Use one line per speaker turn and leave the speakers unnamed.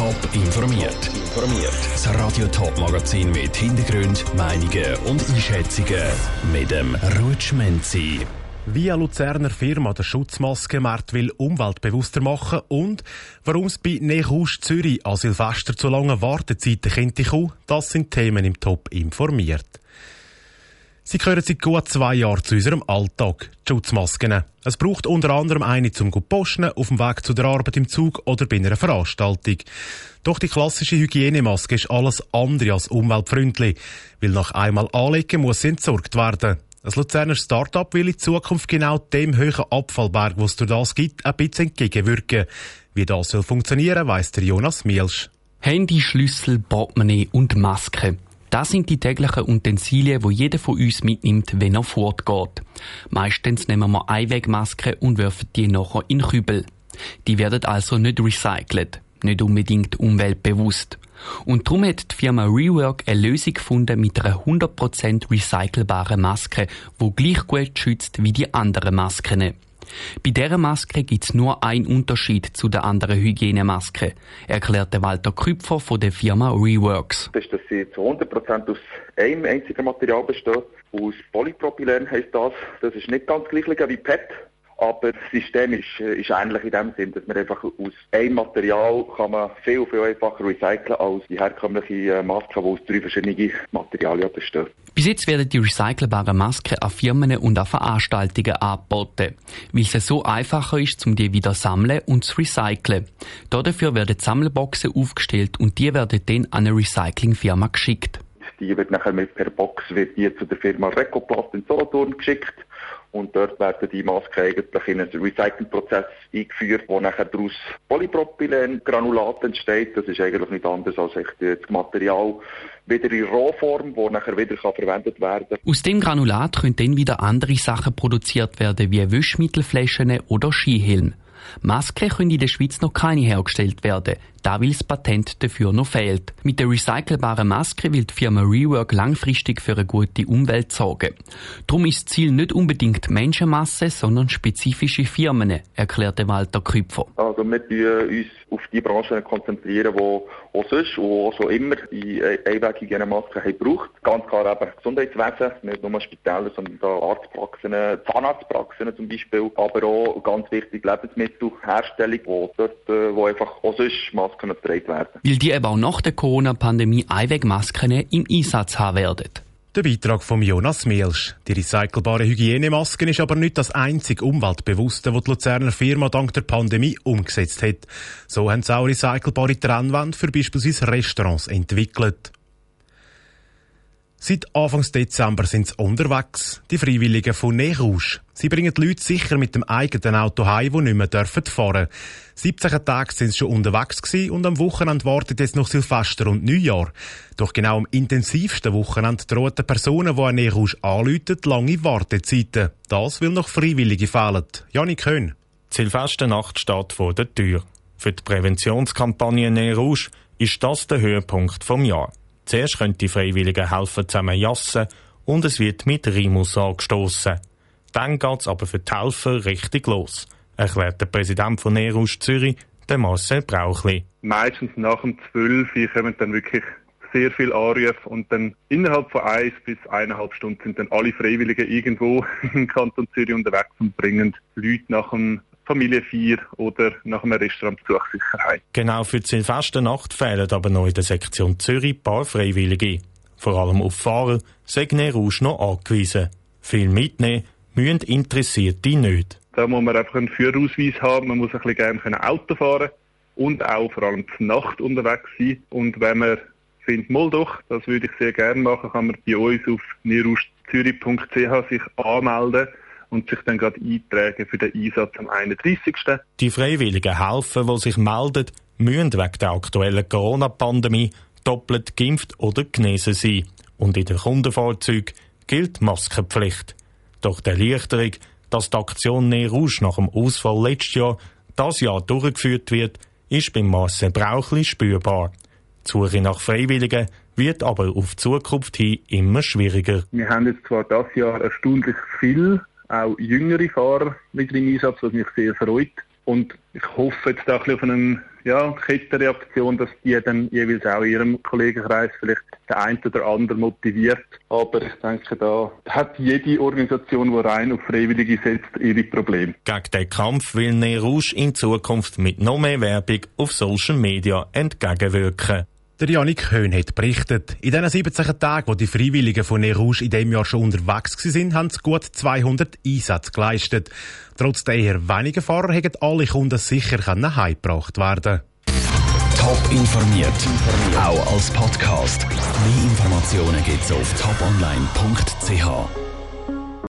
Top informiert. Das Radio Top Magazin mit Hintergrund, Meinungen und Einschätzungen mit dem Rutschmenzi.
Wie eine Luzerner Firma den Schutzmaskenmarkt will umweltbewusster machen und warum es bei Nechusch Zürich an Silvester zu langen Wartezeiten könnte kommen, das sind Themen im Top informiert. Sie gehören seit gut 2 Jahren zu unserem Alltag, die Schutzmasken. Es braucht unter anderem eine zum Posten, auf dem Weg zu der Arbeit im Zug oder bei einer Veranstaltung. Doch die klassische Hygienemaske ist alles andere als umweltfreundlich, weil nach einmal anlegen muss sie entsorgt werden. Ein Luzerner Start-up will in Zukunft genau dem hohen Abfallberg, den es durch das gibt, ein bisschen entgegenwirken. Wie das soll funktionieren, weiss der Jonas Mielsch.
Handy, Schlüssel, Portemonnaie und Maske. Das sind die täglichen Utensilien, die jeder von uns mitnimmt, wenn er fortgeht. Meistens nehmen wir Einwegmasken und werfen die nachher in Kübel. Die werden also nicht recycelt, nicht unbedingt umweltbewusst. Und darum hat die Firma Rework eine Lösung gefunden mit einer 100% recycelbaren Maske, die gleich gut schützt wie die anderen Masken. Bei dieser Maske gibt es nur einen Unterschied zu den anderen Hygienemasken, erklärte Walter Krüpfer von der Firma Reworks.
Das ist, dass sie zu 100% aus einem einzigen Material besteht. Aus Polypropylen heisst das. Das ist nicht ganz gleich wie PET. Aber das System ist ähnlich in dem Sinn, dass man einfach aus einem Material kann man viel, viel einfacher recyceln als die herkömmliche Maske, die aus 3 verschiedenen Materialien besteht.
Bis jetzt werden die recycelbaren Masken an Firmen und an Veranstaltungen angeboten, weil es so einfacher ist, um die wieder zu sammeln und zu recyceln. Dafür werden Sammelboxen aufgestellt und die werden dann an eine Recyclingfirma geschickt.
Die wird nachher per Box zu der Firma Recoplast in Solothurn geschickt. Und dort werden die Masken eigentlich in einen Recyclingprozess eingeführt, wo nachher daraus Polypropylengranulat entsteht. Das ist eigentlich nicht anders als das Material wieder in Rohform, das nachher wieder verwendet werden kann.
Aus dem Granulat können dann wieder andere Sachen produziert werden, wie Wäschmittelflaschen oder Skihelme. Masken können in der Schweiz noch keine hergestellt werden, da weil das Patent dafür noch fehlt. Mit der recycelbaren Maske will die Firma Rework langfristig für eine gute Umwelt sorgen. Darum ist das Ziel nicht unbedingt Menschenmasse, sondern spezifische Firmen, erklärte Walter Krüpfer.
Also wir konzentrieren uns auf die Branchen konzentrieren, die auch sonst und auch schon immer die Einweghygiene-Masken haben gebraucht. Ganz klar eben Gesundheitswesen, nicht nur Spitäler, sondern auch Arztpraxen, Zahnarztpraxen zum Beispiel, aber auch ganz wichtig Lebensmittelherstellung, wo einfach auch sonst Masken getragen werden.
Weil die eben auch nach der Corona-Pandemie Einwegmasken im Einsatz haben werden.
Der Beitrag von Jonas Mielsch. Die recycelbare Hygienemasken ist aber nicht das einzige Umweltbewusste, das die Luzerner Firma dank der Pandemie umgesetzt hat. So haben sie auch recycelbare Trennwände für beispielsweise Restaurants entwickelt. Seit Anfang Dezember sind sie unterwegs, die Freiwilligen von Nechusch. Sie bringen die Leute sicher mit dem eigenen Auto heim, die nicht mehr fahren dürfen. 17 Tage sind sie schon unterwegs gewesen und am Wochenende wartet jetzt noch Silvester und Neujahr. Doch genau am intensivsten Wochenende drohen den Personen, die an Nechusch anrufen, lange Wartezeiten. Das, weil noch Freiwillige fehlen. Janik Höhn.
Die Silvesternacht steht vor der Tür. Für die Präventionskampagne Nechusch ist das der Höhepunkt vom Jahr. Zuerst können die Freiwilligen helfen zusammen jassen und es wird mit Rimus angestossen. Dann geht's aber für die Helfer richtig los, erklärt der Präsident von Nechusch Zürich, der Marcel Brauchli.
Meistens nach dem 12 Uhr kommen dann wirklich sehr viele Anrufe und dann innerhalb von 1 bis 1,5 Stunden sind dann alle Freiwilligen irgendwo im Kanton Zürich unterwegs und bringen Leute nach dem Familienfeier oder nach einem Restaurantbesuch sicher heim.
Genau für die Silvesternacht fehlen aber noch in der Sektion Zürich ein paar Freiwillige. Vor allem auf Fahrer sei Nechusch noch angewiesen. Viel mitnehmen müssen Interessierte nicht.
Da muss man einfach einen Führerausweis haben, man muss ein bisschen gerne Auto fahren und auch vor allem zur Nacht unterwegs sein. Und wenn man findet, mal doch, das würde ich sehr gerne machen, kann man bei uns auf nechuschzürich.ch sich anmelden und sich dann gerade eintragen für den Einsatz am 31.
Die Freiwilligen helfen, die sich melden, müssen wegen der aktuellen Corona-Pandemie doppelt geimpft oder genesen sein. Und in den Kundenfahrzeugen gilt Maskenpflicht. Doch die Erleichterung, dass die Aktion Nechusch nach dem Ausfall letztes Jahr das Jahr durchgeführt wird, ist beim Marcel Brauchli spürbar. Die Suche nach Freiwilligen wird aber auf die Zukunft hin immer schwieriger.
Wir haben jetzt zwar das Jahr erstaunlich viel, auch jüngere Fahrer wieder im Einsatz, was mich sehr freut. Und ich hoffe jetzt auch auf einen Kettenreaktion, dass die dann jeweils auch in ihrem Kollegenkreis vielleicht der eine oder andere motiviert. Aber ich denke, da hat jede Organisation, die rein auf Freiwillige setzt, ihre Probleme.
Gegen den Kampf will Nez Rouge in Zukunft mit noch mehr Werbung auf Social Media entgegenwirken.
Der Janik Höhn hat berichtet, in diesen 17 Tagen, wo die Freiwilligen von Nez Rouge in diesem Jahr schon unterwegs waren, haben sie gut 200 Einsätze geleistet. Trotz der eher wenigen Fahrer haben alle Kunden sicher heimgebracht werden.
Top informiert, auch als Podcast. Mehr Informationen gibt's auf toponline.ch.